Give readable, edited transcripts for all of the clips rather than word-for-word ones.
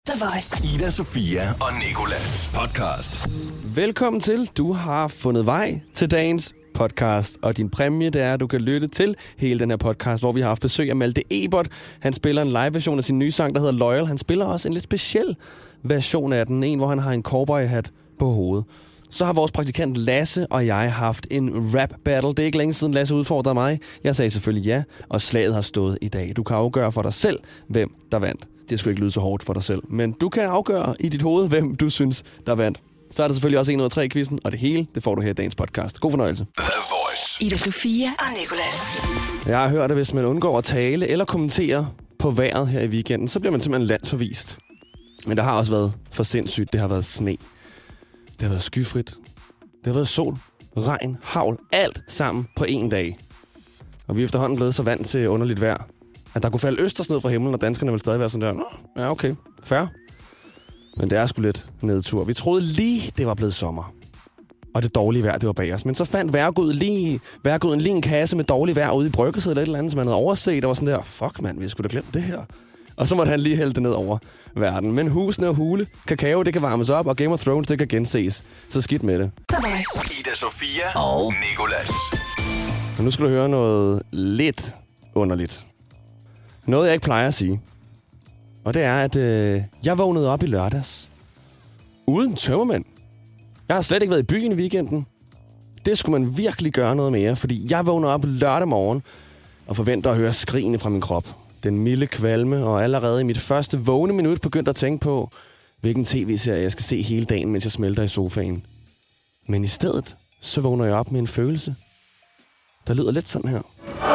The Voice. Ida, Sofia og Nicolas podcast. Velkommen til. Du har fundet vej til dagens podcast, og din præmie, det er, at du kan lytte til hele den her podcast, hvor vi har haft besøg af Malte Ebert. Han spiller en live-version af sin nye sang, der hedder Loyal. Han spiller også en lidt speciel version af den, en hvor han har en cowboy-hat på hovedet. Så har vores praktikant Lasse og jeg haft en rap battle. Det er ikke længe siden Lasse udfordrede mig. Jeg sagde selvfølgelig ja, og slaget har stået i dag. Du kan afgøre for dig selv, hvem der vandt. Det skulle ikke lyde så hårdt for dig selv, men du kan afgøre i dit hoved, hvem du synes, der vandt. Så er der selvfølgelig også 1 ud af 3-quizzen, og det hele, det får du her i dagens podcast. God fornøjelse. The Voice. Ida, Sofia og Nicolas. Jeg har hørt, at hvis man undgår at tale eller kommentere på vejret her i weekenden, så bliver man simpelthen landsforvist. Men der har også været for sindssygt. Det har været sne. Det har været skyfrit. Det har været sol, regn, hagl, alt sammen på én dag. Og vi er efterhånden blevet så vant til underligt vejr, at der kunne falde østersned fra himlen, og danskerne ville stadig være sådan der. Nå, ja, okay, fair. Men det er sgu lidt nedtur. Vi troede lige, det var blevet sommer. Og det dårlige vejr, det var bag os. Men så fandt vejrguden lige en kasse med dårligt vejr ude i bryggerset eller et eller andet, som han havde overset. Og var sådan der, fuck mand, vi skulle da glemme det her. Og så måtte han lige hælde det ned over verden. Men husene og hule, kakao, det kan varmes op, og Game of Thrones, det kan genses. Så skidt med det. The Voice. Ida, Sofia og Nicolas. Og nu skal du høre noget lidt underligt. Noget, jeg ikke plejer at sige. Og det er, at jeg vågnede op i lørdags. Uden tømmermænd. Jeg har slet ikke været i byen i weekenden. Det skulle man virkelig gøre noget mere, fordi jeg vågner op lørdag morgen og forventer at høre skrigene fra min krop. Den milde kvalme, og allerede i mit første vågne minut begyndte at tænke på, hvilken tv-serie jeg skal se hele dagen, mens jeg smelter i sofaen. Men i stedet, så vågner jeg op med en følelse, der lyder lidt sådan her.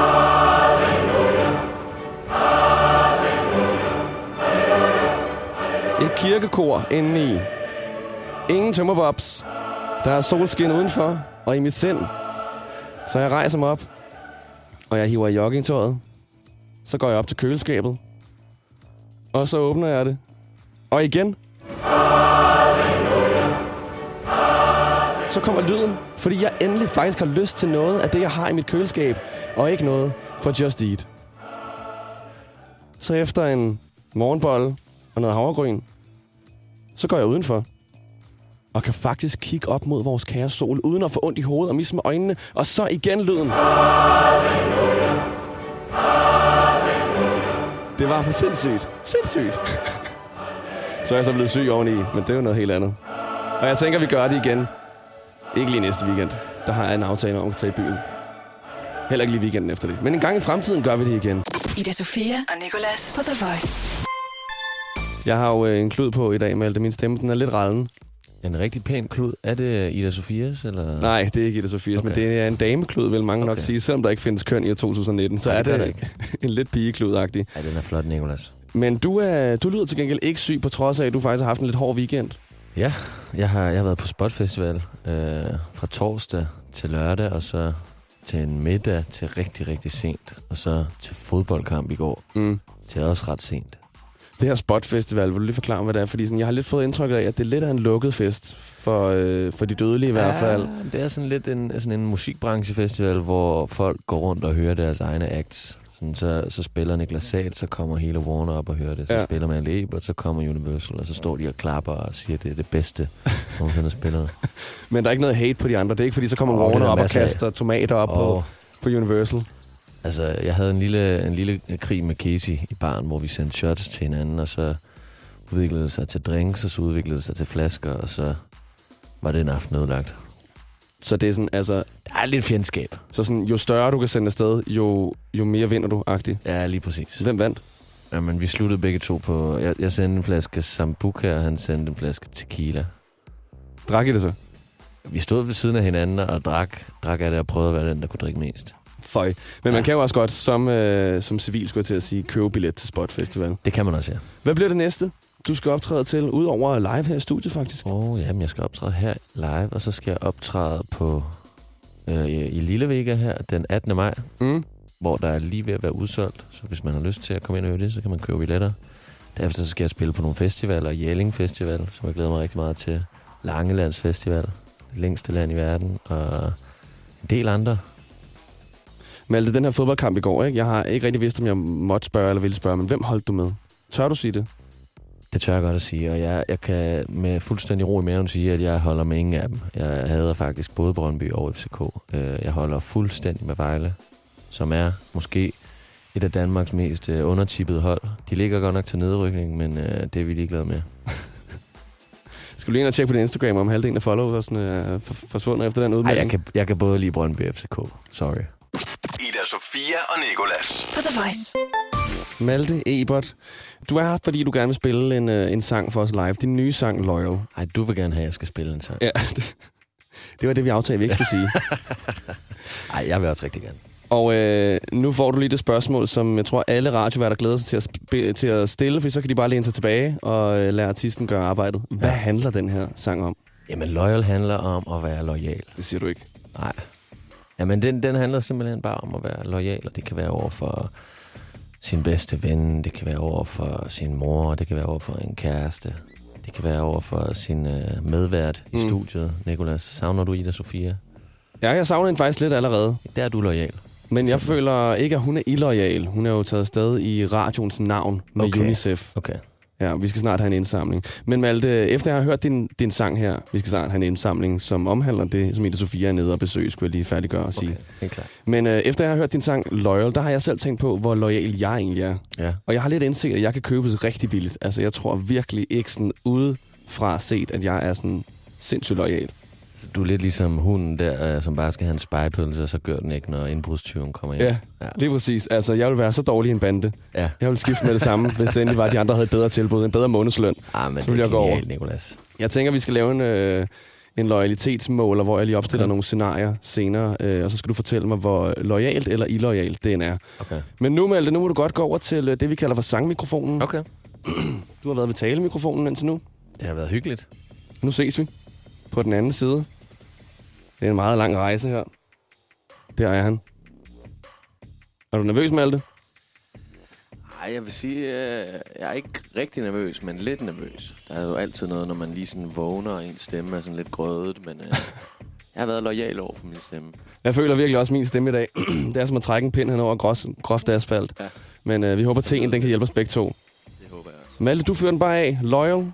Et kirkekor indeni. Ingen tømmervops. Der er solskin udenfor, og i mit sind. Så jeg rejser mig op, og jeg hiver i joggingtøjet. Så går jeg op til køleskabet. Og så åbner jeg det. Og igen. Så kommer lyden, fordi jeg endelig faktisk har lyst til noget af det, jeg har i mit køleskab. Og ikke noget for Just Eat. Så efter en morgenbolle og noget havregryn, så går jeg udenfor. Og kan faktisk kigge op mod vores kære sol, uden at få ondt i hovedet og misse med øjnene. Og så igen lyden. Det var for sindssygt. Sindssygt. Så er jeg så blevet syg oveni, men det er jo noget helt andet. Og jeg tænker, vi gør det igen. Ikke lige næste weekend. Der har jeg en aftale om at tage i byen. Heller ikke lige weekenden efter det. Men en gang i fremtiden gør vi det igen. Ida, Sofia og Nicolas på The Voice. Jeg har jo en klud på i dag, Malte. Min stemme, den er lidt rallen. En rigtig pæn klud. Er det Ida Sofias, eller? Nej, det er ikke Ida Sofias, okay. Men det er en dameklud, vil mange nok sige. Selvom der ikke findes køn i 2019, så er det en lidt pigeklud-agtig. Ja, den er flot, Nicolas. Men du lyder til gengæld ikke syg, på trods af, at du faktisk har haft en lidt hård weekend. Ja, jeg har været på Spot Festival fra torsdag til lørdag, og så til en middag til rigtig, rigtig sent. Og så til fodboldkamp i går til også ret sent. Det her Spot Festival, vil du lige forklare, hvad det er? Fordi sådan, jeg har lidt fået indtryk af, at det er lidt af en lukket fest for de dødelige i hvert fald. Det er sådan lidt en musikbranchefestival, hvor folk går rundt og hører deres egne acts. Så spiller Niklas Sahl, så kommer hele Warner op og hører det. Så spiller Malte Ebert, så kommer Universal, og så står de og klapper og siger, at det er det bedste, nogensinde spiller. Men der er ikke noget hate på de andre. Det er ikke, fordi så kommer Warner op og kaster tomater op på Universal. Altså, jeg havde en lille krig med Casey i baren, hvor vi sendte shots til hinanden, og så udviklede det sig til drinks, og så udviklede det sig til flasker, og så var det en aften ødelagt. Så det er sådan, altså... Der er lidt fjendskab. Så sådan, jo større du kan sende afsted, jo mere vinder du, agtigt. Ja, lige præcis. Hvem vandt? Jamen, vi sluttede begge to på... Jeg sendte en flaske Sambuca, og han sendte en flaske tequila. Drak I det så? Vi stod ved siden af hinanden og drak af det og prøvede at være den, der kunne drikke mest. Føj. Men man kan jo også godt, som civil, skulle jeg til at sige, købe billet til Spot Festival. Det kan man også, ja. Hvad bliver det næste, du skal optræde til, udover live her i studiet, faktisk? Jamen, jeg skal optræde her live, og så skal jeg optræde på i Lillevega her den 18. maj, hvor der er lige ved at være udsolgt. Så hvis man har lyst til at komme ind og høre det, så kan man købe billetter. Derefter så skal jeg spille på nogle festivaler, Jelling Festival, som jeg glæder mig rigtig meget til. Langelands Festival, det længste land i verden, og en del andre. Malte, den her fodboldkamp i går, ikke? Jeg har ikke rigtig vidst, om jeg måtte spørge eller ville spørge, men hvem holdt du med? Tør du sige det? Det tør jeg godt at sige, og jeg kan med fuldstændig ro i maven sige, at jeg holder med ingen af dem. Jeg hader faktisk både Brøndby og FCK. Jeg holder fuldstændig med Vejle, som er måske et af Danmarks mest undertippede hold. De ligger godt nok til nedrykning, men det er vi ligeglade med. Skal du lige ind og tjekke på din Instagram, om halvdelen af followersne er forsvundet efter den udmelding? Ej, jeg kan både lide Brøndby og FCK. Sorry. Ida Sofia og Nicolas. På The Voice. Malte Ebert, du er her, fordi du gerne vil spille en sang for os live. Din nye sang, Loyal. Ej, du vil gerne have, at jeg skal spille en sang. Ja, det var det, vi aftalte, vi ikke skulle sige. Ej, jeg vil også rigtig gerne. Og nu får du lige det spørgsmål, som jeg tror, alle radioværter glæder sig til at stille, for så kan de bare læne sig tilbage og lade artisten gøre arbejdet. Hvad handler den her sang om? Jamen, Loyal handler om at være loyal. Det siger du ikke. Nej. Jamen, den handler simpelthen bare om at være loyal, og det kan være over for sin bedste ven, det kan være over for sin mor, det kan være over for en kæreste, det kan være over for sin medvært i studiet. Nicolas, savner du Ida Sofia? Ja, jeg savner hende faktisk lidt allerede. Der er du loyal. Men jeg føler ikke, at hun er illoyal. Hun er jo taget afsted i radioens navn med UNICEF. Okay. Ja, vi skal snart have en indsamling. Men Malte, efter jeg har hørt din sang her, vi skal snart have en indsamling, som omhandler det, som Ida Sofia er nede og besøge, skulle jeg lige færdiggøre og sige. Okay, helt klart. Men efter jeg har hørt din sang Loyal, der har jeg selv tænkt på, hvor loyal jeg egentlig er. Ja. Og jeg har lidt indset, at jeg kan købes rigtig billigt. Altså, jeg tror virkelig ikke sådan udefra set, at jeg er sådan sindssygt loyal. Du er lidt ligesom hunden der, som bare skal have en spejepølse, og så gør den ikke, når indbrudstyven kommer hjem. Ja, lige præcis. Altså, jeg vil være så dårlig en bande. Ja. Jeg vil skifte med det samme, hvis det endelig var, at de andre havde et bedre tilbud, en bedre månedsløn. Men så vil jeg gå over. Nicolas. Jeg tænker, vi skal lave en loyalitetsmåler, hvor jeg lige opstiller nogle scenarier senere, og så skal du fortælle mig, hvor loyalt eller illoyalt det er. Okay. Men nu, Malte, nu må du godt gå over til det, vi kalder for sangmikrofonen. Okay. Du har været ved talemikrofonen indtil nu. Det har været hyggeligt. Nu ses vi på den anden side. Det er en meget lang rejse her. Der er han. Er du nervøs, Malte? Nej, jeg vil sige, jeg er ikke rigtig nervøs, men lidt nervøs. Der er jo altid noget, når man lige sådan vågner, og ens stemme er sådan lidt grødet, men jeg har været loyal over for min stemme. Jeg føler virkelig også min stemme i dag. Det er som at trække en pind hen over groft asfalt. Ja. Men vi håber, at teen, den kan hjælpe os begge to. Det håber jeg også. Malte, du fører den bare af. Loyal.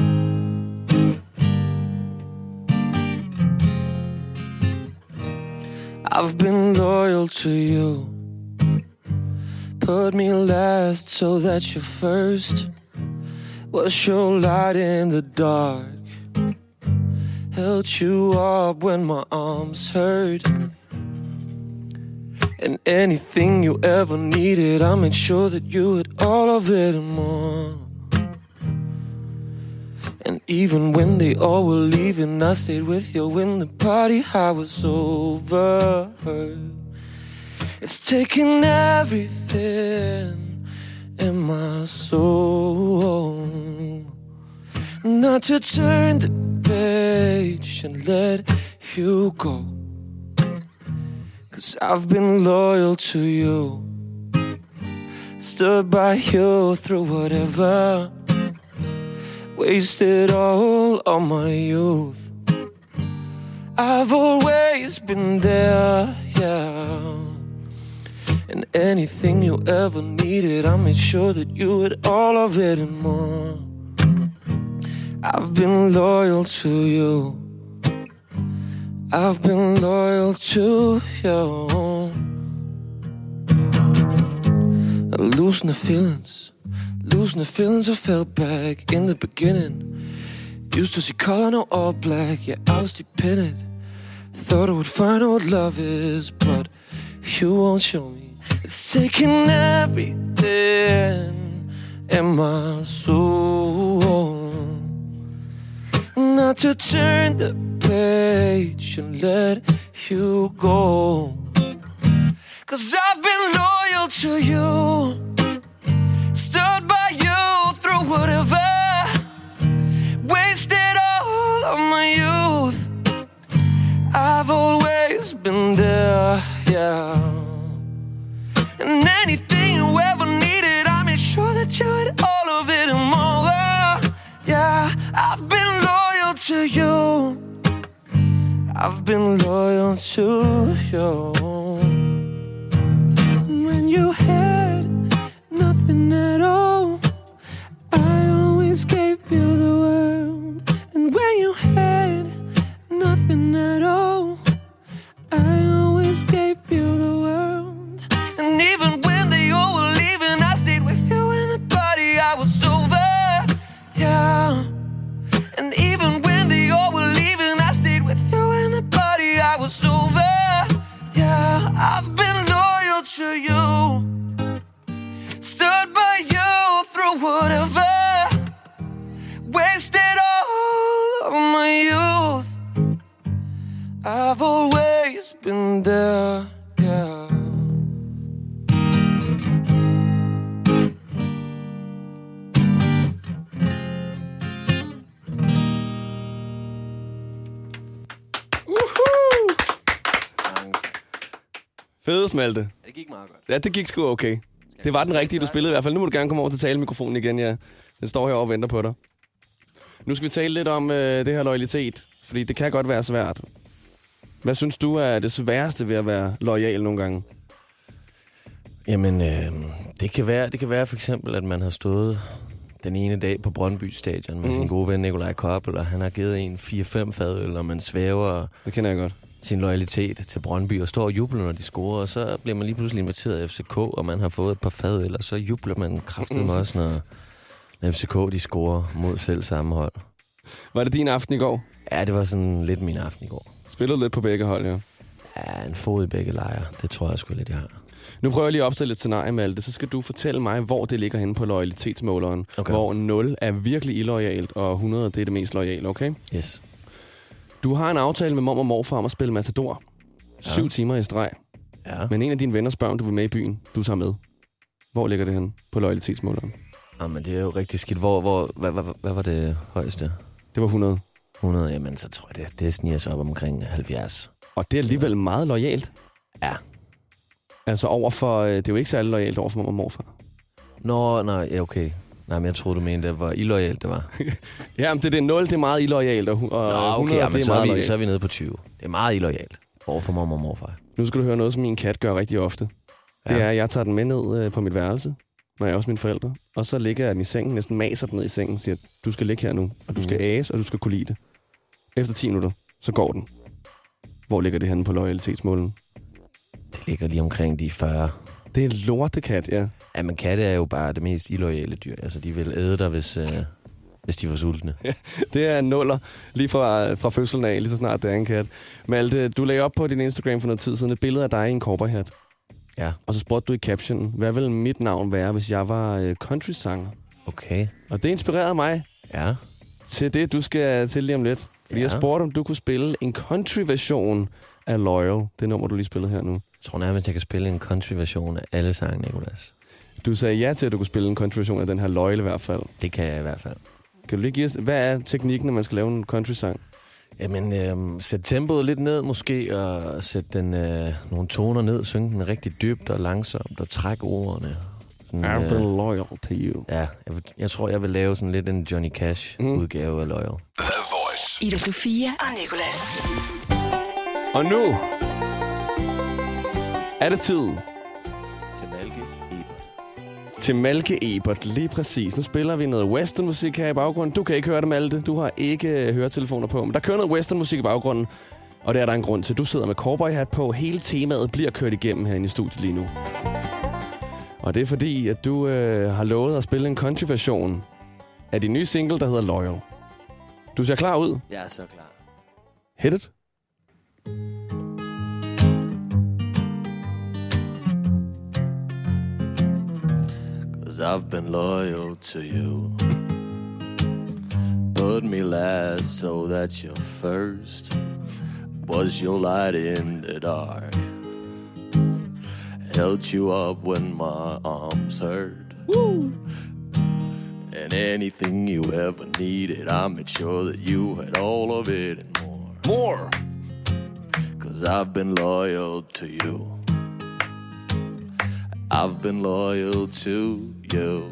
I've been loyal to you. Put me last so that you're first. Was your light in the dark. Held you up when my arms hurt. And anything you ever needed, I made sure that you had all of it and more. And even when they all were leaving, I stayed with you when the party high was over. It's taken everything in my soul not to turn the page and let you go. 'Cause I've been loyal to you, stood by you through whatever. Wasted all of my youth. I've always been there, yeah. And anything you ever needed, I made sure that you had all of it and more. I've been loyal to you. I've been loyal to you. Losing the feelings I felt back in the beginning. Used to see color, now all black. Yeah, I was dependent. Thought I would find out what love is, but you won't show me. It's taking everything in my soul not to turn the page and let you go. 'Cause I've been loyal to you, stood by you through whatever. Wasted all of my youth. I've always been there, yeah. And anything you ever needed, I made sure that you had all of it and more. Yeah, I've been loyal to you. I've been loyal to you. When you had nothing at all, I always gave Fede, Malte. Ja, det gik meget godt. Ja, det gik sgu okay. Det var den rigtige, du spillede i hvert fald. Nu må du gerne komme over til talemikrofonen igen, ja. Den står herovre og venter på dig. Nu skal vi tale lidt om det her loyalitet, fordi det kan godt være svært. Hvad synes du er det sværeste ved at være loyal nogle gange? Jamen, det kan være for eksempel, at man har stået den ene dag på Brøndby Stadion med sin gode ven Nikolaj Koppel, og han har givet en 4-5 fadøl, og man svæver Det kender jeg godt. sin loyalitet til Brøndby og står og jubler, når de scorer, og så bliver man lige pludselig inviteret af FCK, og man har fået et par fadøl, og så jubler man kraftedeme også, når FCK de scorer mod selv samme hold. Var det din aften i går? Ja, det var sådan lidt min aften i går. Spillede lidt på begge hold, ja. Ja, en fod i begge lejre. Det tror jeg sgu lidt, jeg har. Nu prøver jeg lige at opstille et scenarie, Malte. Så skal du fortælle mig, hvor det ligger henne på loyalitetsmåleren. Okay. Hvor 0 er virkelig illoyalt, og 100 det er det mest loyale, okay? Yes. Du har en aftale med mor og morfar om at spille Matador. 7 timer i streg. Ja. Men en af dine venner spørger, om du vil med i byen. Du tager med. Hvor ligger det henne på loyalitetsmåleren? Men det er jo rigtig skidt. Hvad var det højeste? Det var 100. 100, jamen så tror jeg, det sniger sig op omkring 70. Og det er alligevel meget loyalt. Ja. Altså overfor, det er jo ikke særlig loyalt overfor mor og morfar. Nej, ja, okay. Nej, men jeg troede, du mente, det var illoyalt, det var. Ja, men det er 0, det er meget illoyalt, og 100, okay, det er meget loyalt. så er vi nede på 20. Det er meget illoyalt overfor mor og morfar. Nu skal du høre noget, som min kat gør rigtig ofte. Det er, at jeg tager den med ned på mit værelse, når jeg er hos mine forældre. Og så ligger jeg den i sengen, næsten maser den ned i sengen, og siger, du skal ligge her nu, og du skal ase, og du skal kunne lide det. Efter 10 minutter, så går den. Hvor ligger det henne på loyalitetsmålen? Det ligger lige omkring de 40. Det er en lortekat, ja. Ja, men katte er jo bare det mest illoyale dyr. Altså, de vil æde dig, hvis de var sultne. Det er nuller lige fra fødslen af, lige så snart det er en kat. Malte, du lagde op på din Instagram for noget tid siden et billede af dig i en cowboyhat. Ja. Og så spurgte du i captionen, hvad ville mit navn være, hvis jeg var country-sanger? Okay. Og det inspirerede mig Ja. til det, du skal til lige om lidt. Fordi jeg spurgte, om du kunne spille en country-version af Loyal. Det nummer, du lige spillede her nu. Jeg tror nærmest, jeg kan spille en country-version af alle sange, Nicolas. Du sagde ja til, at du kunne spille en country-version af den her Loyal i hvert fald. Det kan jeg i hvert fald. Kan du lige give os, hvad er teknikken, når man skal lave en country-sang? Jamen, sæt tempoet lidt ned måske, og sæt den nogle toner ned, synge den rigtig dybt og langsomt, og træk ordene. Sådan, I've been loyal to you. Ja, jeg tror, jeg vil lave sådan lidt en Johnny Cash-udgave af Loyal. The Voice. Ida Sofia og Nicolas. Og nu er det tid Til Malke Ebert. til Malke Ebert, lige præcis. Nu spiller vi noget westernmusik her i baggrunden. Du kan ikke høre det, Malte. Du har ikke høretelefoner på. Men der kører noget westernmusik i baggrunden, og det er der en grund til. Du sidder med cowboyhat på. Hele temaet bliver kørt igennem herinde i studiet lige nu. Og det er fordi, at du har lovet at spille en country-version af din nye single, der hedder Loyal. Du ser klar ud. Jeg er så klar. Hit it. Cause I've been loyal to you. Put me last so that you're first. Was your light in the dark. Held you up when my arms hurt. Woo! And anything you ever needed, I made sure that you had all of it and more. More. Cause I've been loyal to you. I've been loyal to you.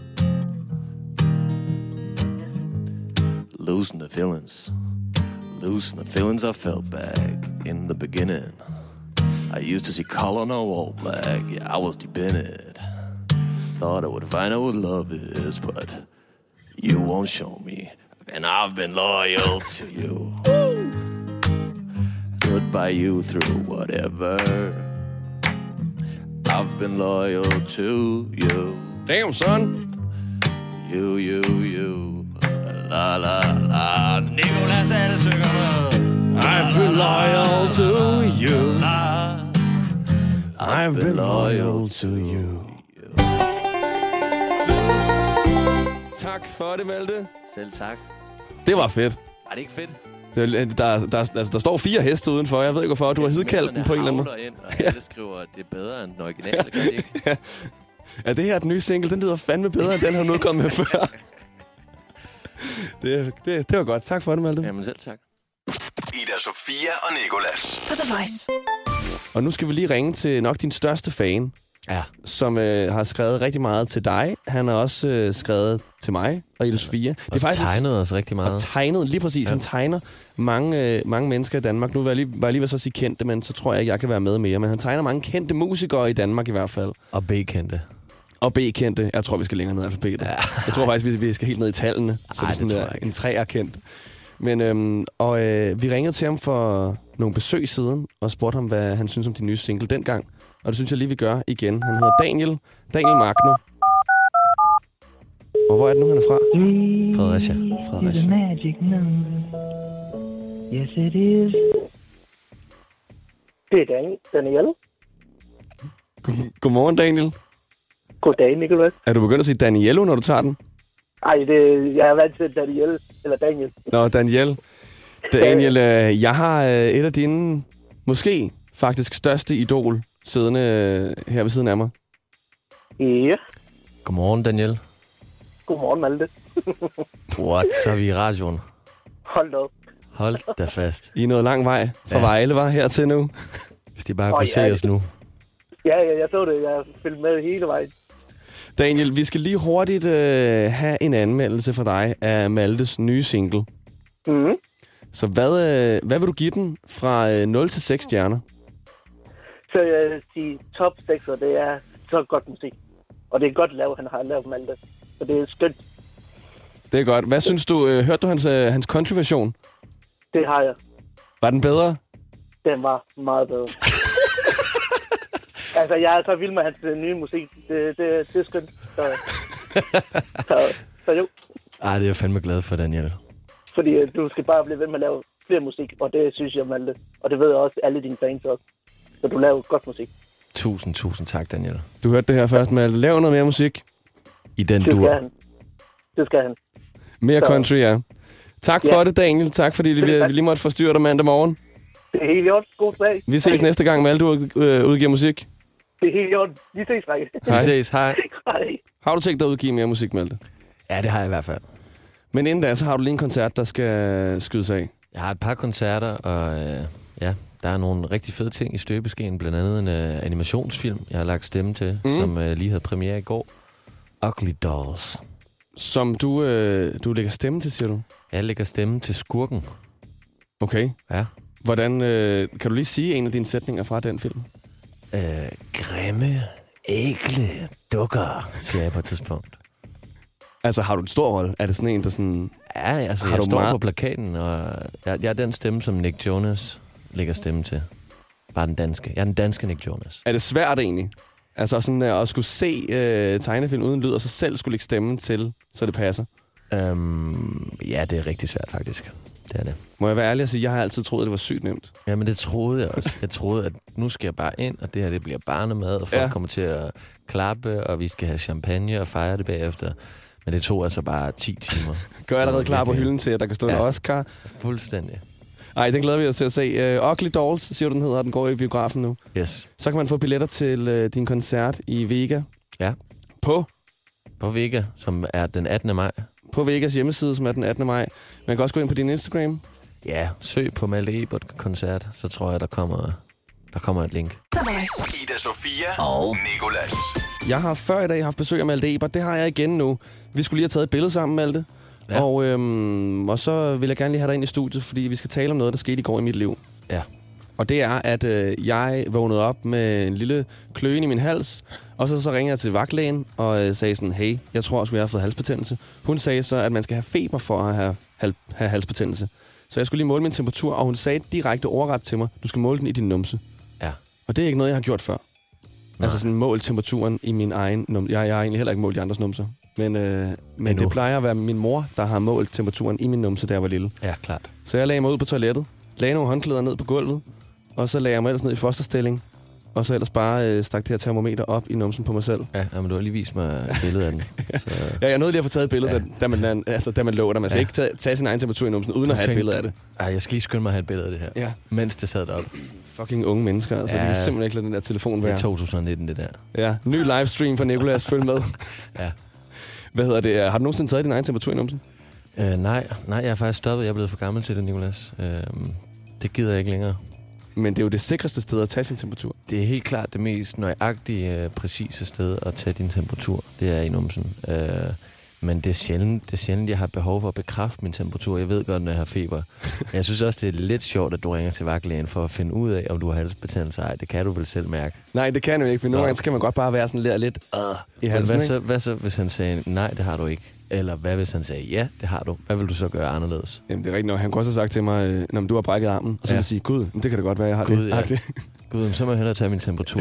Losing the feelings I felt back in the beginning. I used to see color, no all black. Yeah, I was deep in it. Thought I would find out what love is, but you won't show me. And I've been loyal to you. Stood by you through whatever. I've been loyal to you. Damn, son. You. La la la. Nicolas, alle synger med. I've been loyal to you. I've been loyal to you. Tak for det, Malte. Selv tak. Det var fedt. Er det ikke fedt? Der står 4 heste udenfor. Jeg ved ikke, hvorfor. Du har hidkaldt den på en eller anden måde. Ind, og alle skriver, at det er bedre end den originale. Gør det ikke? Ja, det her den nye single, den lyder fandme bedre, end den har nu kommet med før. Det var godt. Tak for det, Malte. Jamen selv tak. Ida Sofia og Nicolas. For The Voice. Og nu skal vi lige ringe til nok din største fan, som har skrevet rigtig meget til dig. Han har også skrevet til mig og Ida Sofia. Det er faktisk tegnet os rigtig meget. Og tegnet, lige præcis. Ja. Han tegner mange mennesker i Danmark. Nu var jeg lige ved så at sige kendte, men så tror jeg ikke, jeg kan være med mere. Men han tegner mange kendte musikere i Danmark i hvert fald. Og B-kendte. Og B-kendte. Jeg tror, vi skal længere ned i alfabetet. Ja. Jeg tror faktisk, vi skal helt ned i tallene. Så det er sådan en træerkendt. Men vi ringede til ham for nogle besøg siden og spurgte ham, hvad han synes om de nye single dengang. Og det synes jeg lige, vi gør igen. Han hedder Daniel Magno. Og hvor er det nu, han er fra? Fredericia. Yes, it is. Det er Daniel. Godmorgen, Daniel. Goddag, Nicolás. Er du begyndt at sige Daniello, når du tager den? Ej, jeg har vant til Daniel, eller Daniel. Nå, Daniel, jeg har et af dine, måske faktisk største idol, siddende her ved siden af mig. Ja. Godmorgen, Daniel. Godmorgen, Malte. What? Så er vi i radioen. Hold da fast. I er noget lang vej fra Vejle, var hertil nu. Hvis de bare kunne se os nu. Ja, jeg så det. Jeg følte med hele vejen. Daniel, vi skal lige hurtigt have en anmeldelse fra dig af Maltes nye single. Mhm. Så hvad vil du give den fra 0 til 6 stjerner? Så jeg vil sige top 6, og det er så godt musik. Og det er godt lavet, han har lavet Malte. Så det er skønt. Det er godt. Hvad synes du? Hørte du hans country-version? Det har jeg. Var den bedre? Den var meget bedre. Altså, jeg er så vild med hans nye musik. Det er skønt. Så jo. Ej, det er jeg fandme glad for, Daniel. Fordi du skal bare blive ved med at lave flere musik, og det synes jeg, Malte. Og det ved jeg også alle dine fans også. Så du laver godt musik. Tusind tak, Daniel. Du hørte det her først, Malte. Lav noget mere musik. I den dur. Det skal han. Mere country, ja. Tak for det, Daniel. Tak, fordi vi lige måtte forstyrre dig mandag morgen. Det er helt i orden. God dag. Vi ses næste gang, Malte udgiver musik. Det er helt i orden. Vi ses, Rikke. Hej. Vi ses, hej. Hej. Har du tænkt dig at udgive mere musik, Malte? Ja, det har jeg i hvert fald. Men inden da, så har du lige en koncert, der skal skydes af. Jeg har et par koncerter, og der er nogle rigtig fede ting i støbeskeen. Blandt andet en animationsfilm, jeg har lagt stemme til, som lige havde premiere i går. Ugly Dolls. Som du lægger stemme til, siger du? Jeg lægger stemme til Skurken. Okay. Ja. Hvordan, kan du lige sige en af dine sætninger fra den film? Grimme, ægle dukker, siger jeg på et tidspunkt. Altså, har du en stor rolle? Er det sådan en, der sådan... Ja, altså, jeg står på plakaten, og jeg er den stemme, som Nick Jonas lægger stemme til. Bare den danske. Jeg er den danske Nick Jonas. Er det svært egentlig? Altså sådan at skulle se tegnefilm uden lyd, og så selv skulle lægge stemmen til, så det passer? Ja, det er rigtig svært faktisk. Det er det. Må jeg være ærlig og sige, jeg har altid troet, at det var sygt nemt. Ja, men det troede jeg også. Jeg troede, at nu skal jeg bare ind, og det her det bliver barnemad, og folk kommer til at klappe, og vi skal have champagne og fejre det bagefter. Men det tog altså bare 10 timer. Gør jeg allerede klar på hylden til, at der kan stå en Oscar? Fuldstændig. Ej, den glæder vi os til at se. Ugly Dolls, siger du, den hedder. Den går i biografen nu. Yes. Så kan man få billetter til din koncert i Vega. Ja. På Vega, som er den 18. maj. På Vegas hjemmeside, som er den 18. maj. Man kan også gå ind på din Instagram. Ja, søg på Malte Ebert-koncert, så tror jeg, der kommer et link. Ida Sofia og Nicolás. Jeg har før i dag haft besøg af Malte Ebert. Det har jeg igen nu. Vi skulle lige have taget et billede sammen, Malte. Ja. Og så vil jeg gerne lige have dig ind i studiet, fordi vi skal tale om noget, der skete i går i mit liv. Ja. Og det er, at jeg vågnede op med en lille kløen i min hals, og så ringer jeg til vagtlægen og sagde sådan, hey, jeg tror også, jeg har fået halsbetændelse. Hun sagde så, at man skal have feber for at have halsbetændelse. Så jeg skulle lige måle min temperatur, og hun sagde direkte overret til mig, du skal måle den i din numse. Ja. Og det er ikke noget, jeg har gjort før. Nej. Altså sådan måle temperaturen i min egen numse. Jeg har egentlig heller ikke målt de andres numser. Men det plejer at være min mor, der har målt temperaturen i min numse, da jeg var lille. Ja, klart. Så jeg lagde mig ud på toilettet, lagde nogle håndklæder ned på gulvet, og så lagde jeg mig ellers ned i fosterstilling, og så ellers bare stak det her termometer op i numsen på mig selv. Ja, men du har lige vist mig et billede af den. Så... Ja, jeg nåede lige at få taget et billede, da man lå der. Man skal ikke tage sin egen temperatur i numsen, uden at have et billede af det. Ej, jeg skal lige skynde mig at have et billede af det her, mens det sad deroppe. Fucking unge mennesker, altså. De kan simpelthen ikke lade den der telefon være. Det er 2019, det der. Ja, ny livestream fra Nicolás, følg med. Ja. Hvad hedder det? Har du nogensinde taget din egen temperatur i numsen? Nej, jeg er faktisk stoppet. Jeg er blevet for gammel til det, Nicolás. Det gider jeg ikke længere. Men det er jo det sikreste sted at tage sin temperatur. Det er helt klart det mest nøjagtige, præcise sted at tage din temperatur. Det er i numsen. Men det er sjældent, jeg har behov for at bekræfte min temperatur. Jeg ved godt, når jeg har feber. Jeg synes også, det er lidt sjovt, at du ringer til vagtlægen for at finde ud af, om du har halsbetændelse. Ej, det kan du vel selv mærke. Nej, det kan jeg ikke, for nogle gange så kan man godt bare være sådan lidt i halsen. Hvad så, hvis han sagde, nej, det har du ikke? Eller hvad hvis han sagde, ja, det har du? Hvad vil du så gøre anderledes? Jamen, det er rigtigt nok. Han kunne også have sagt til mig, når du har brækket armen, og så vil jeg sige, gud, det kan det godt være, jeg har det. Gud, så må jeg hellere tage min temperatur.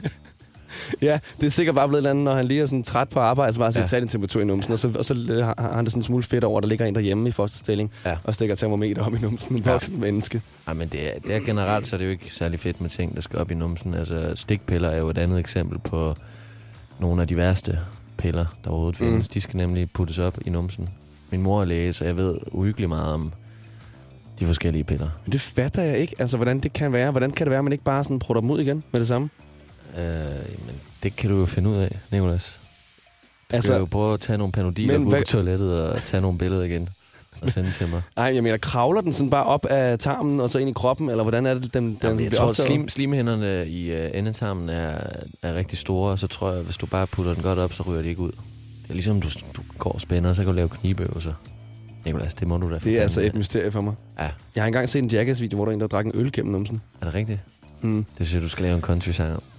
Ja, det er sikkert bare blevet andet, når han lige er sådan træt på arbejde, så bare siger, tage din temperatur i numsen, og så har han det sådan en smule fedt over, der ligger en derhjemme i første stilling, og stikker termometer op i numsen, en voksen menneske. Ja, men det er generelt, så er det jo ikke særlig fedt med ting, der skal op i numsen. Altså, stikpiller er jo et andet eksempel på nogle af de værste piller, der overhovedet findes. De skal nemlig puttes op i numsen. Min mor er læge, så jeg ved uhyggeligt meget om de forskellige piller. Men det fatter jeg ikke, altså hvordan det kan være. Hvordan kan det være, at man ikke bare sådan prutter dem ud igen med det samme? Men det kan du jo finde ud af, Nicolas. Du kan jo prøve at tage nogle Panodil og gå på toilettet og tage nogle billeder igen og sende til mig. Nej, jeg mener, kravler den sådan bare op af tarmen og så ind i kroppen, eller hvordan er det, den jeg tror, slimhinderne i endetarmen er rigtig store, og så tror jeg, hvis du bare putter den godt op, så ryger de ikke ud. Det er ligesom, du går og spænder, så kan du lave knibeøvelser. Nicolas, det må du da. Det er altså et mysterie for mig. Ja. Jeg har engang set en Jackass-video, hvor der en, der drak en øl gennem numsen. Er det rigtigt? Det synes jeg, du skal lave en country-sang om.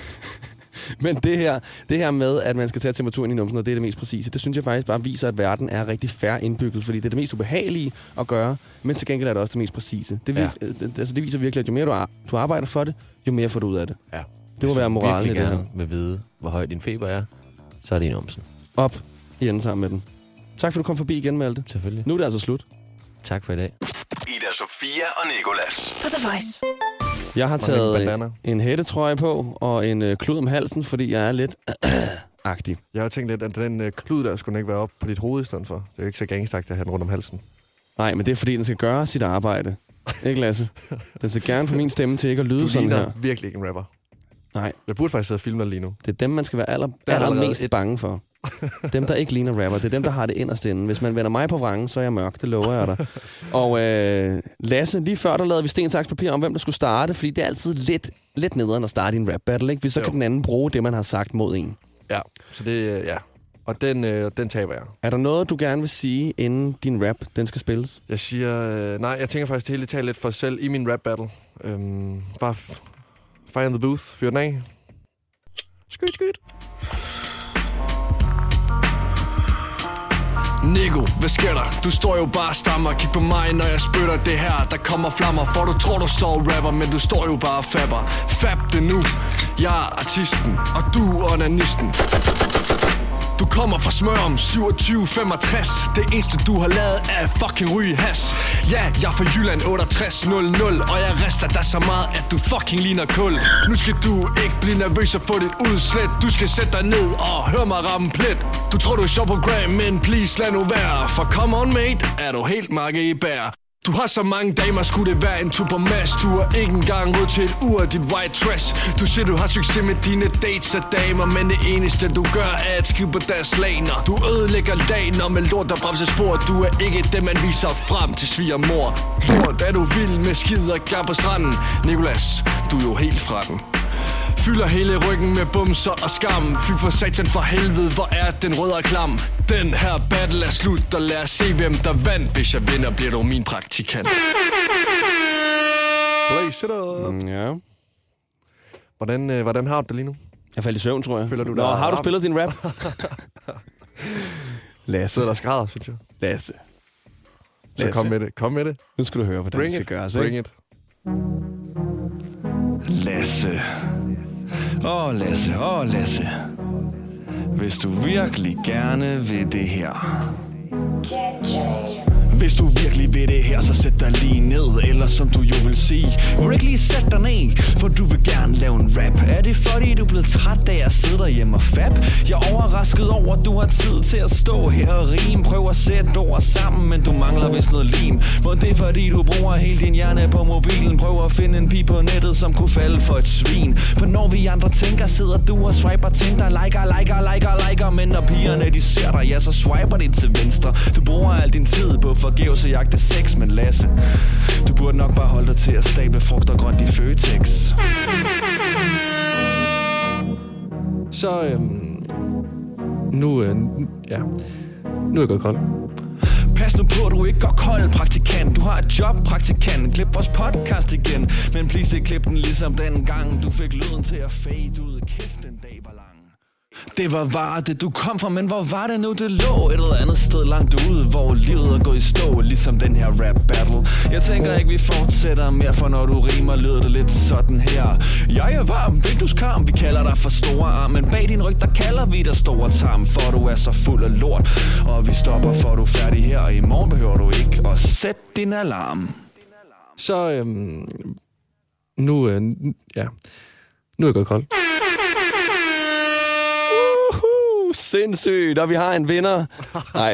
Men det her med, at man skal tage temperaturen i numsen, og det er det mest præcise, det synes jeg faktisk bare viser, at verden er rigtig fair indbygget, fordi det er det mest ubehagelige at gøre, men til gengæld er det også det mest præcise. Det viser virkelig, at jo mere du arbejder for det, jo mere får du ud af det. Ja. Det må være moralen i det her. Hvis du vil vide, hvor høj din feber er, så er det i numsen. Op i enden sammen med den. Tak for, at du kom forbi igen, Malte. Selvfølgelig. Nu er det altså slut. Tak for i dag. Ida Sofia og Nicolas. For The Voice. Jeg har taget en hættetrøje på og en klud om halsen, fordi jeg er lidt agtig. Jeg har tænkt lidt, at den klud der skulle ikke være op på dit hoved i stedet for. Det er jo ikke så gangstagtigt at have den rundt om halsen. Nej, men det er fordi, den skal gøre sit arbejde. Ikke, Lasse? Den skal gerne få min stemme til ikke at lyde sådan her. Du ligner virkelig ikke en rapper. Nej. Jeg burde faktisk sidde og filme dig lige nu. Det er dem, man skal være allermest bange for. Dem, der ikke ligner rapper, det er dem, der har det inderst inde. Hvis man vender mig på vrangen, så er jeg mørk, det lover jeg dig. Og Lasse, lige før der lavede vi sten, saks, papir om, hvem der skulle starte, fordi det er altid lidt nederen at starte en rap battle, ikke? Hvis så kan den anden bruge det, man har sagt mod en. Ja, så det, og den taber jeg. Er der noget, du gerne vil sige, inden din rap, den skal spilles? Jeg siger, nej, jeg tænker faktisk det hele taget lidt for selv i min rap battle. Bare fire in the booth, fyr den af. Skyt. Nico, hvad sker der? Du står jo bare og stammer. Kig på mig, når jeg spytter det her. Der kommer flammer, for du tror, du står og rapper, men du står jo bare og fabber. Fab det nu. Jeg er artisten, og du er onanisten. Du kommer fra Smørum, 2765. Det eneste du har lavet er fucking ryge has. Ja, jeg er fra Jylland 6800, og jeg rester dig så meget, at du fucking ligner kul. Nu skal du ikke blive nervøs og få dit udslæt. Du skal sætte dig ned og høre mig ramme plet. Du tror du er sjov på gram, men please lad nu være. For come on mate, er du helt makke i bær. Du har så mange damer, skulle det være en tur på mass. Du har ikke engang råd til et ur af dit white trash. Du siger du har succes med dine dates af damer, men det eneste du gør er at skrive på deres laner. Du ødelægger laner med lort der bremser spor. Du er ikke det man viser frem til svigermor. Lort er du vild med skid og gar på stranden. Nicolas, du er jo helt fra den. Fylder hele ryggen med bumser og skam. Fy for satan for helvede, hvor er den røde og klam. Den her battle er slut, og lad os se hvem der vandt. Hvis jeg vinder, bliver du min praktikant. Blaze it up. Ja. Hvordan har du det lige nu? Jeg faldt i søvn, tror jeg. Føler du Nå, har du spillet din rap? Lasse. Så der skrædder, synes jeg. Lasse. Så kom med det. Nu skal du høre, hvordan det skal gøres. Bring it. Lasse. Lasse. Hvis du virkelig gerne vil det her. Hvis du virkelig vil det her, så sæt dig lige ned. Eller som du jo vil sige, ikke lige sæt dig ned, for du vil gerne lave en rap. Er det fordi du er blevet træt af at sidde derhjemme og fab? Jeg er overrasket over, at du har tid til at stå her og rime. Prøv at sætte ord sammen, men du mangler vist noget lim. Hvor det er fordi du bruger hele din hjerne på mobilen. Prøver at finde en pige på nettet, som kunne falde for et svin. For når vi andre tænker, sidder du og swiper Tinder. Liker. Men når pigerne de ser dig, ja, så swiper de til venstre. Du bruger al din tid på forgæves at jagte sex. Men Lasse, du burde nok bare holde dig til at stable frugt og grønt i Føtex. Så nu er jeg gået kold. Pas nu på, du ikke går kold, praktikant. Du har et job, praktikant. Klip vores podcast igen. Men please ikke klip den ligesom den gang. Du fik lyden til at fade ud. Kæft, den dag var lang. Det var det, du kom fra, men hvor var det nu, det lå? Et eller andet sted langt ude, hvor livet er gået i stå, ligesom den her rap battle. Jeg tænker ikke, vi fortsætter mere, for når du rimer, lyder det lidt sådan her. Jeg er varm, vindueskarm, vi kalder dig for store arm, men bag din ryg, der kalder vi dig store tarm, for du er så fuld af lort. Og vi stopper, for du er færdig her, og i morgen behøver du ikke at sætte din alarm. Så nu er jeg gået kold. Sindssygt, og vi har en vinder. Nej,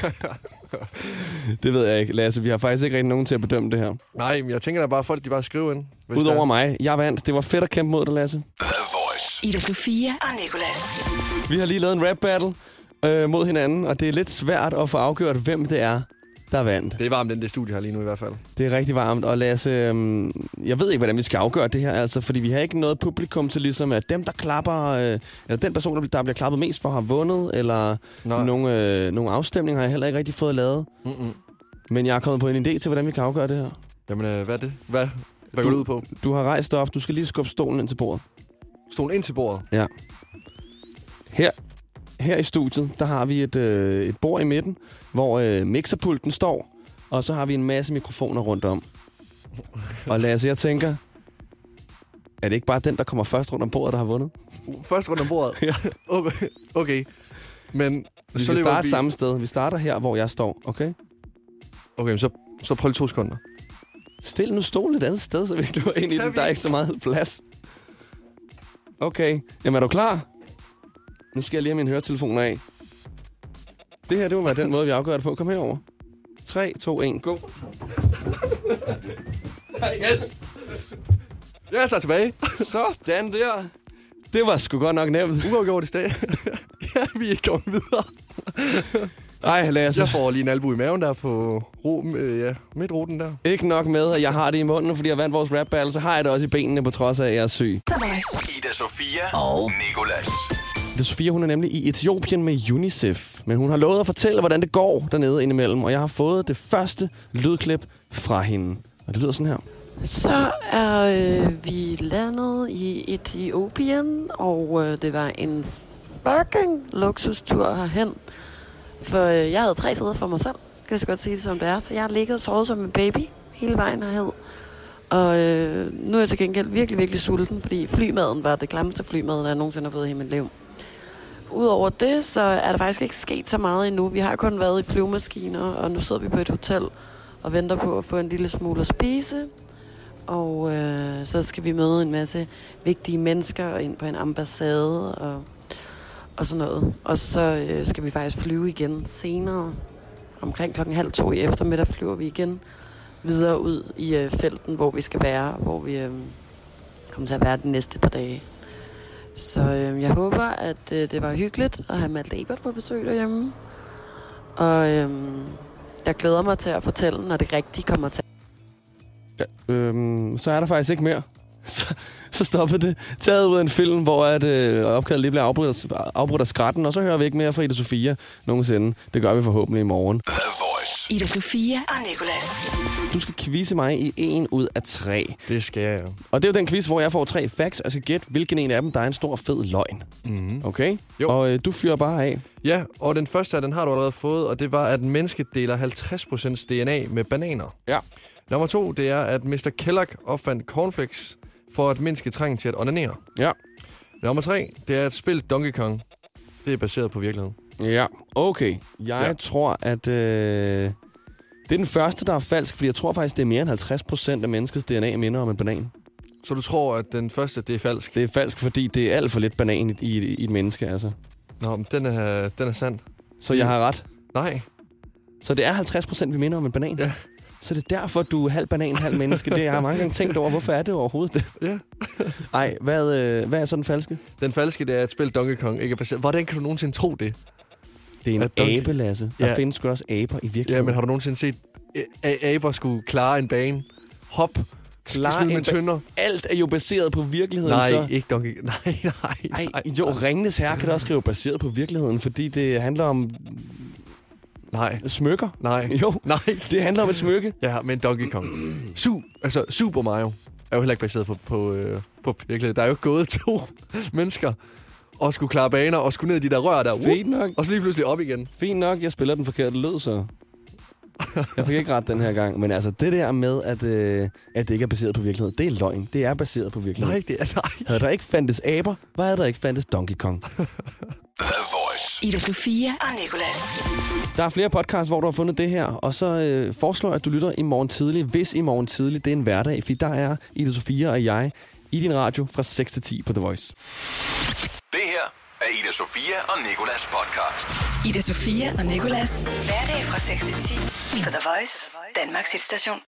det ved jeg ikke, Lasse. Vi har faktisk ikke rigtig nogen til at bedømme det her. Nej, men jeg tænker da bare, folk de bare skriver ind. Udover mig. Jeg vandt. Det var fedt at kæmpe mod dig, Lasse. The Voice. Ida Sofia og Nicolas. Vi har lige lavet en rap battle mod hinanden, og det er lidt svært at få afgjort, hvem det er, der vandt. Det er varmt, det studie her lige nu i hvert fald. Det er rigtig varmt, og Lasse, jeg ved ikke, hvordan vi skal afgøre det her, altså, fordi vi har ikke noget publikum til ligesom, at dem, der klapper, eller den person, der bliver klappet mest for, har vundet, eller nogle afstemninger har jeg heller ikke rigtig fået lavet. Men jeg er kommet på en idé til, hvordan vi kan afgøre det her. Jamen, hvad er det? Hvad går du ud på? Du har rejst op, du skal lige skubbe stolen ind til bordet. Stolen ind til bordet? Ja. Her i studiet, der har vi et bord i midten, hvor mixerpulten står, og så har vi en masse mikrofoner rundt om. Og Lasse, jeg tænker, er det ikke bare den, der kommer først rundt om bordet, der har vundet? Først rundt om bordet? Ja. Okay. Men vi skal starte samme sted. Vi starter her, hvor jeg står, okay? Okay, så prøv lige 2 sekunder. Stil nu stolen et andet sted, så vi ikke løber ind i den. Der er ikke så meget plads. Okay, jamen er du klar? Nu skal jeg lige have mine høretelefoner af. Det her, det må være den måde, vi afgør det på. Kom herover. 3, 2, 1, go. Yes! Jeg er så tilbage. Sådan der. Det var sgu godt nok nemt. Uafgjort i stedet. Ja, vi er kommet videre. Ej, Lasse. Jeg får lige en albu i maven der på midtruten der. Ikke nok med, at jeg har det i munden, fordi jeg vandt vores rap battle, så har jeg det også i benene, på trods af, at jeg er syg. Ida Sofia og Nicolas. Ida Sofia, hun er nemlig i Etiopien med UNICEF, men hun har lovet at fortælle, hvordan det går dernede indimellem, og jeg har fået det første lydklip fra hende. Og det lyder sådan her. Så er vi landet i Etiopien, og det var en fucking luksustur herhen. For jeg havde 3 sæder for mig selv, kan jeg så godt sige det som det er. Så jeg har ligget og sovet som en baby hele vejen herhen. Og nu er jeg til gengæld virkelig, virkelig sulten, fordi flymaden var det klammeste flymad, jeg nogensinde har fået i mit liv. Udover det, så er der faktisk ikke sket så meget endnu. Vi har kun været i flyvemaskiner, og nu sidder vi på et hotel og venter på at få en lille smule at spise. Og så skal vi møde en masse vigtige mennesker ind på en ambassade og sådan noget. Og så skal vi faktisk flyve igen senere. Omkring 1:30 i eftermiddag flyver vi igen videre ud i felten, hvor vi skal være, hvor vi kommer til at være de næste par dage. Så jeg håber, at det var hyggeligt at have Malte Ebert på besøg derhjemme. Og jeg glæder mig til at fortælle, når det rigtigt kommer til. Ja, så er der faktisk ikke mere. Så stoppede det. Taget ud af en film, hvor opkaldet lige bliver afbrudt af skratten, og så hører vi ikke mere fra Ida Sofia nogensinde. Det gør vi forhåbentlig i morgen. The Voice. Ida Sofia og Nicolas. Du skal quizze mig i 1 ud af 3. Det skal jeg, ja. Og det er jo den quiz, hvor jeg får 3 facts, og jeg skal gætte, hvilken en af dem, der er en stor fed løgn. Mm-hmm. Okay? Jo. Og du fyrer bare af. Ja, og den første af den har du allerede fået, og det var, at mennesket deler 50% DNA med bananer. Ja. Nummer 2, det er, at Mr. Kellogg opfandt cornflakes for at mindske trængen til at onanere. Ja. Nummer 3, det er, at spillet Donkey Kong, det er baseret på virkeligheden. Ja, okay. Jeg tror, at det er den første, der er falsk, fordi jeg tror faktisk, det er mere end 50% af menneskets DNA minder om en banan. Så du tror, at den første, det er falsk? Det er falsk, fordi det er alt for lidt banan i et menneske, altså. Nå, men den er sandt. Så jeg har ret? Nej. Så det er 50% vi minder om en banan. Ja. Så det er derfor, du er halv banan, halv menneske. Det har jeg mange gange tænkt over. Hvorfor er det overhovedet det? Ja. Ej, hvad er så den falske? Den falske, det er at spille Donkey Kong ikke er baseret. Hvordan kan du nogensinde tro det? Det er en abe, Lasse. Der Ja. findes sgu også aber i virkeligheden. Ja, men har du nogensinde set aber skulle klare en bane? Hop. Smide med tønder. Alt er jo baseret på virkeligheden. Nej, så. ikke Donkey. Nej. Jo, Ringenes Herre kan da også skrive baseret på virkeligheden, fordi det handler om... Nej. Smykker? Nej. Jo, Nej. det handler om et smykke. Ja, men Donkey Kong. Super Mario er jo heller ikke baseret på virkeligheden. Der er jo gået 2 mennesker og skulle klare baner og skulle ned i de der rør der. Fint nok. Og så lige pludselig op igen. Fint nok, jeg spiller den forkerte lyd, så... Jeg fik ikke ret den her gang. Men altså, det der med, at det ikke er baseret på virkelighed, det er løgn. Det er baseret på virkelighed. Nej, det er nej. Havde der ikke fandtes aber, hvad havde der ikke fandtes Donkey Kong? The Voice. Ida Sofia og Nicolas. Der er flere podcasts, hvor du har fundet det her, og så foreslår jeg, at du lytter i morgen tidlig, hvis i morgen tidlig det er en hverdag, fordi der er Ida Sofia og jeg i din radio fra 6 til 10 på The Voice. Det her er Ida Sofia og Nicolas podcast. Ida Sofia og Nicolas. Hverdag fra 6 til 10 på The Voice, Danmarks hitstation.